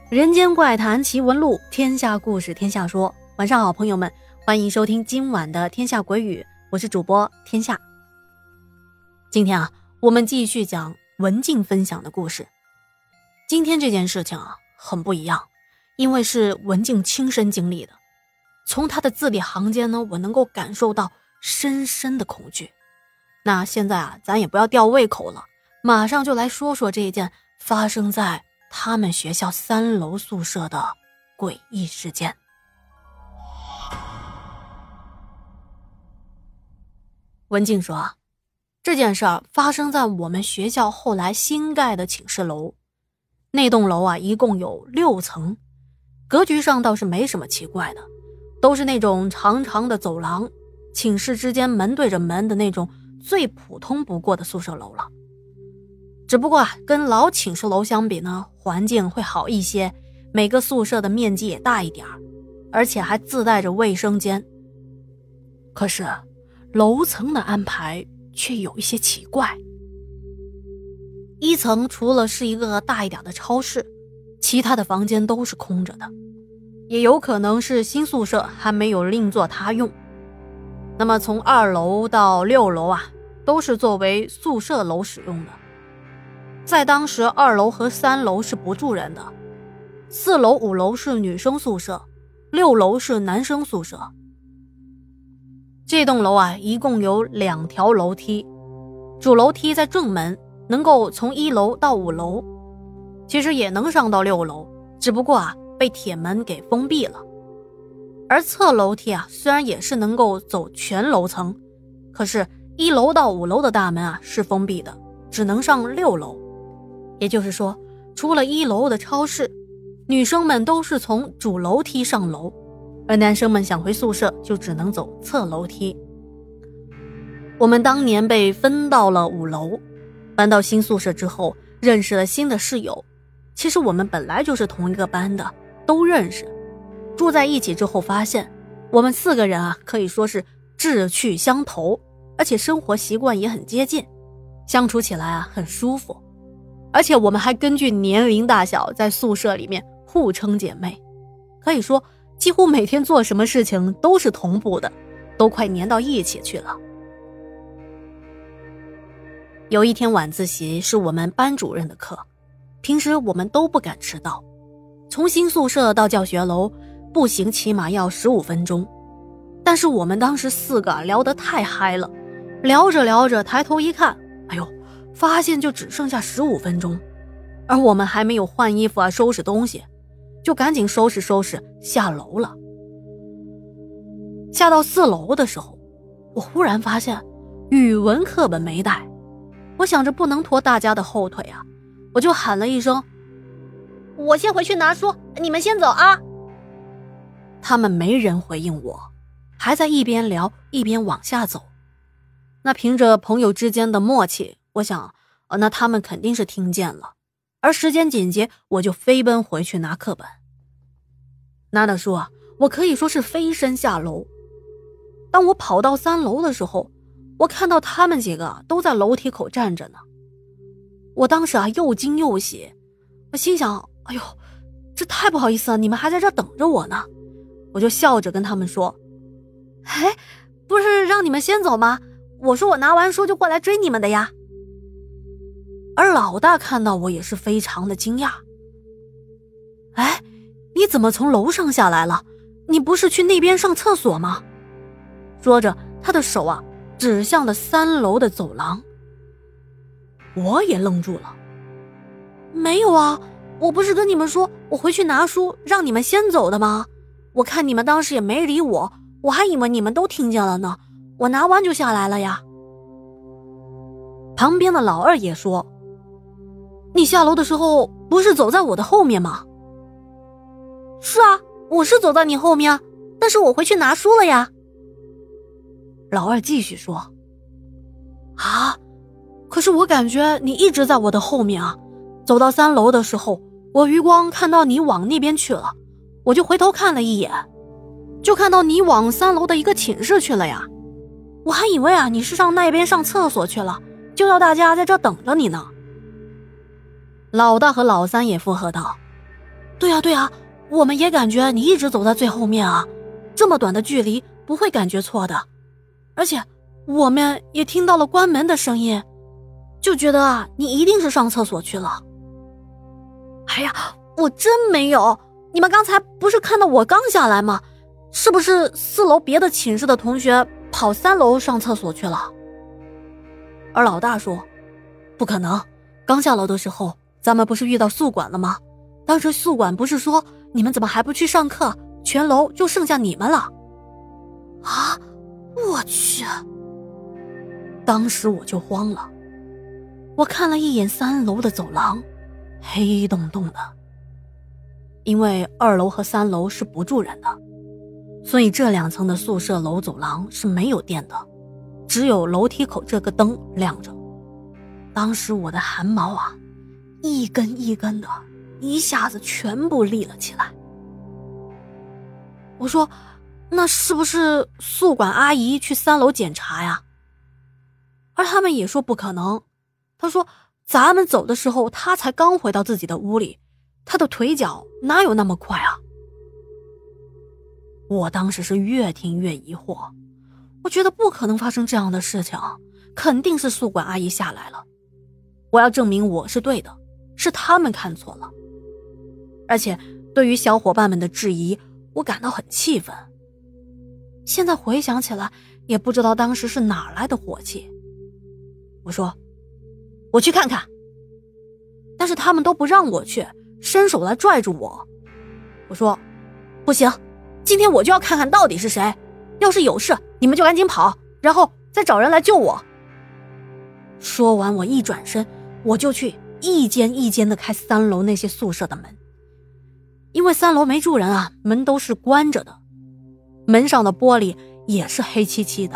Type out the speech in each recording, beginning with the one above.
人间怪谈奇闻录，天下故事天下说。晚上好朋友们，欢迎收听今晚的天下鬼语，我是主播天下。今天我们继续讲文静分享的故事。今天这件事情很不一样，因为是文静亲身经历的。从她的字里行间呢，我能够感受到深深的恐惧。那现在咱也不要吊胃口了，马上就来说说这件发生在他们学校3楼宿舍的诡异事件。文静说，这件事发生在我们学校后来新盖的寝室楼。那栋楼一共有6层，格局上倒是没什么奇怪的，都是那种长长的走廊，寝室之间门对着门的那种最普通不过的宿舍楼了。只不过跟老寝室楼相比呢，环境会好一些，每个宿舍的面积也大一点，而且还自带着卫生间。可是楼层的安排却有一些奇怪。1层除了是一个大一点的超市，其他的房间都是空着的，也有可能是新宿舍还没有另作他用。那么从2楼到6楼都是作为宿舍楼使用的。在当时2楼和3楼是不住人的，4楼5楼是女生宿舍，6楼是男生宿舍。这栋楼一共有2条楼梯，主楼梯在正门，能够从1楼到5楼，其实也能上到6楼，只不过被铁门给封闭了。而侧楼梯虽然也是能够走全楼层，可是1楼到5楼的大门是封闭的，只能上6楼。也就是说，除了1楼的超市，女生们都是从主楼梯上楼，而男生们想回宿舍就只能走侧楼梯。我们当年被分到了5楼，搬到新宿舍之后认识了新的室友，其实我们本来就是同一个班的，都认识。住在一起之后发现，我们4个人可以说是志趣相投，而且生活习惯也很接近，相处起来很舒服。而且我们还根据年龄大小在宿舍里面互称姐妹，可以说几乎每天做什么事情都是同步的，都快黏到一起去了。有一天晚自习是我们班主任的课，平时我们都不敢迟到，从新宿舍到教学楼步行起码要15分钟，但是我们当时4个聊得太嗨了，聊着聊着抬头一看，发现就只剩下15分钟，而我们还没有换衣服收拾东西，就赶紧收拾收拾下楼了。下到4楼的时候，我忽然发现语文课本没带，我想着不能拖大家的后腿我就喊了一声， 我先回去拿书，你们先走他们没人回应我，还在一边聊一边往下走。那凭着朋友之间的默契，我想那他们肯定是听见了，而时间紧急，我就飞奔回去拿课本。拿的书我可以说是飞身下楼。当我跑到3楼的时候，我看到他们几个都在楼梯口站着呢。我当时又惊又喜，我心想，这太不好意思了，你们还在这等着我呢。我就笑着跟他们说，不是让你们先走吗？我说我拿完书就过来追你们的呀。而老大看到我也是非常的惊讶，你怎么从楼上下来了？你不是去那边上厕所吗？说着他的手指向了3楼的走廊。我也愣住了，没有我不是跟你们说我回去拿书让你们先走的吗？我看你们当时也没理我，我还以为你们都听见了呢，我拿完就下来了呀。旁边的老二也说，你下楼的时候不是走在我的后面吗？是我是走在你后面，但是我回去拿书了呀。老二继续说，可是我感觉你一直在我的后面走到3楼的时候，我余光看到你往那边去了，我就回头看了一眼，就看到你往3楼的一个寝室去了呀。我还以为你是上那边上厕所去了，就要大家在这等着你呢。老大和老三也附和道， 对啊，我们也感觉你一直走在最后面啊，这么短的距离不会感觉错的。而且我们也听到了关门的声音，就觉得啊，你一定是上厕所去了。 哎呀，我真没有，你们刚才不是看到我刚下来吗？是不是4楼别的寝室的同学跑3楼上厕所去了？ 而老大说，不可能，刚下楼的时候咱们不是遇到宿管了吗？当时宿管不是说你们怎么还不去上课，全楼就剩下你们了。 啊，我去。 当时我就慌了，我看了一眼3楼的走廊，黑洞洞的。因为2楼和3楼是不住人的，所以这2层的宿舍楼走廊是没有电的，只有楼梯口这个灯亮着。当时我的汗毛啊，一根一根的，一下子全部立了起来。我说，那是不是宿管阿姨去3楼检查呀？而他们也说不可能。他说咱们走的时候他才刚回到自己的屋里，他的腿脚哪有那么快啊？我当时是越听越疑惑，我觉得不可能发生这样的事情，肯定是宿管阿姨下来了。我要证明我是对的，是他们看错了。而且对于小伙伴们的质疑，我感到很气愤。现在回想起来，也不知道当时是哪来的火气。我说，我去看看。但是他们都不让我去，伸手来拽住我。我说，不行，今天我就要看看到底是谁，要是有事你们就赶紧跑，然后再找人来救我。说完我一转身，我就去一间一间的开3楼那些宿舍的门。因为3楼没住人啊，门都是关着的，门上的玻璃也是黑漆漆的。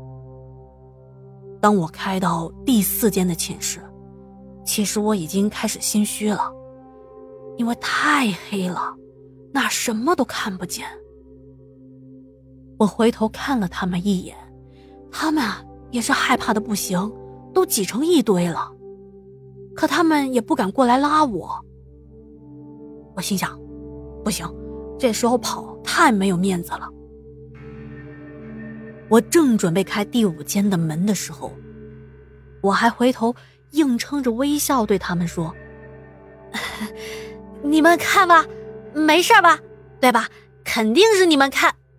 当我开到第4间的寝室，其实我已经开始心虚了，因为太黑了，那什么都看不见。我回头看了他们一眼，他们啊也是害怕的不行，都挤成一堆了。可他们也不敢过来拉我。我心想，不行，这时候跑太没有面子了。我正准备开第5间的门的时候，我还回头硬撑着微笑对他们说， 你们看吧，没事吧，对吧？肯定是你们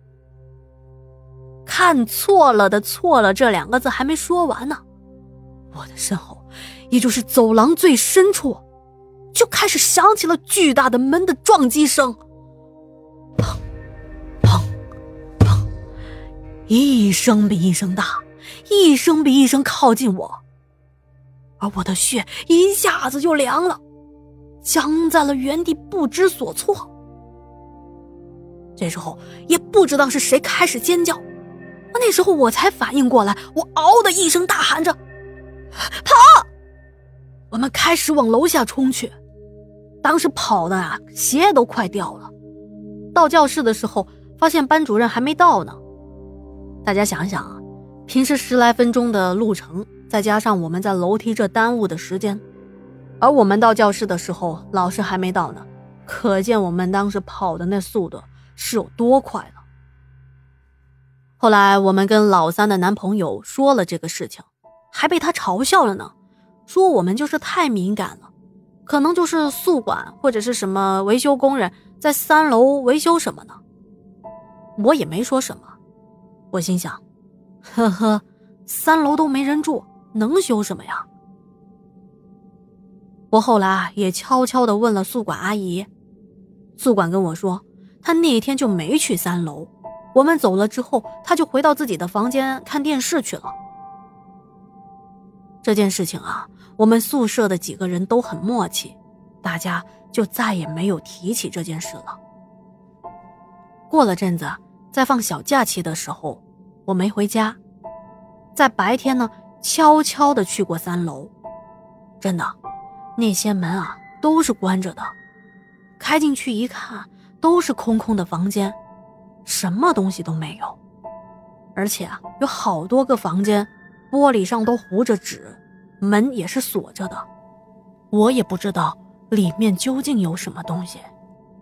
看错了的错了这2个字还没说完呢，我的身后，也就是走廊最深处，就开始响起了巨大的门的撞击声，砰砰砰，一声比一声大，一声比一声靠近我，而我的血一下子就凉了，僵在了原地不知所措。这时候也不知道是谁开始尖叫，那时候我才反应过来，我嗷的一声大喊着，跑！我们开始往楼下冲去，当时跑的啊，鞋都快掉了。到教室的时候，发现班主任还没到呢。大家想想啊，平时10来分钟的路程，再加上我们在楼梯这耽误的时间，而我们到教室的时候，老师还没到呢，可见我们当时跑的那速度是有多快了。后来我们跟老3的男朋友说了这个事情，还被他嘲笑了呢，说我们就是太敏感了，可能就是宿管或者是什么维修工人在3楼维修什么呢。我也没说什么，我心想，呵呵，3楼都没人住，能修什么呀？我后来也悄悄地问了宿管阿姨，宿管跟我说，她那天就没去3楼，我们走了之后，她就回到自己的房间看电视去了。这件事情啊，我们宿舍的几个人都很默契，大家就再也没有提起这件事了。过了阵子，在放小假期的时候，我没回家，在白天呢，悄悄地去过3楼。真的，那些门啊都是关着的，开进去一看，都是空空的房间，什么东西都没有。而且啊，有好多个房间，玻璃上都糊着纸，门也是锁着的。我也不知道里面究竟有什么东西。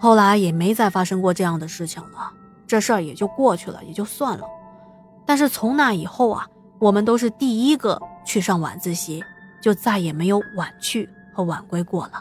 后来也没再发生过这样的事情了，这事儿也就过去了，也就算了。但是从那以后啊，我们都是第一个去上晚自习，就再也没有晚去和晚归过了。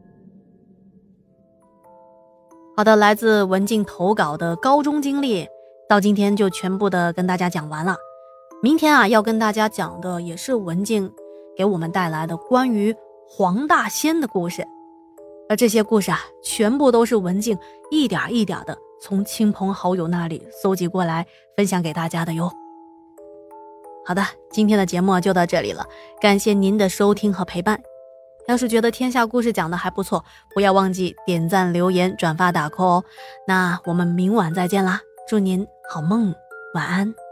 好的，来自文静投稿的高中经历到今天就全部的跟大家讲完了。明天啊，要跟大家讲的也是文静给我们带来的关于黄大仙的故事。而这些故事啊，全部都是文静一点一点的从亲朋好友那里搜集过来分享给大家的哟。好的，今天的节目就到这里了，感谢您的收听和陪伴。要是觉得天下故事讲的还不错，不要忘记点赞、留言、转发、打 call 哦。那我们明晚再见啦，祝您好梦，晚安。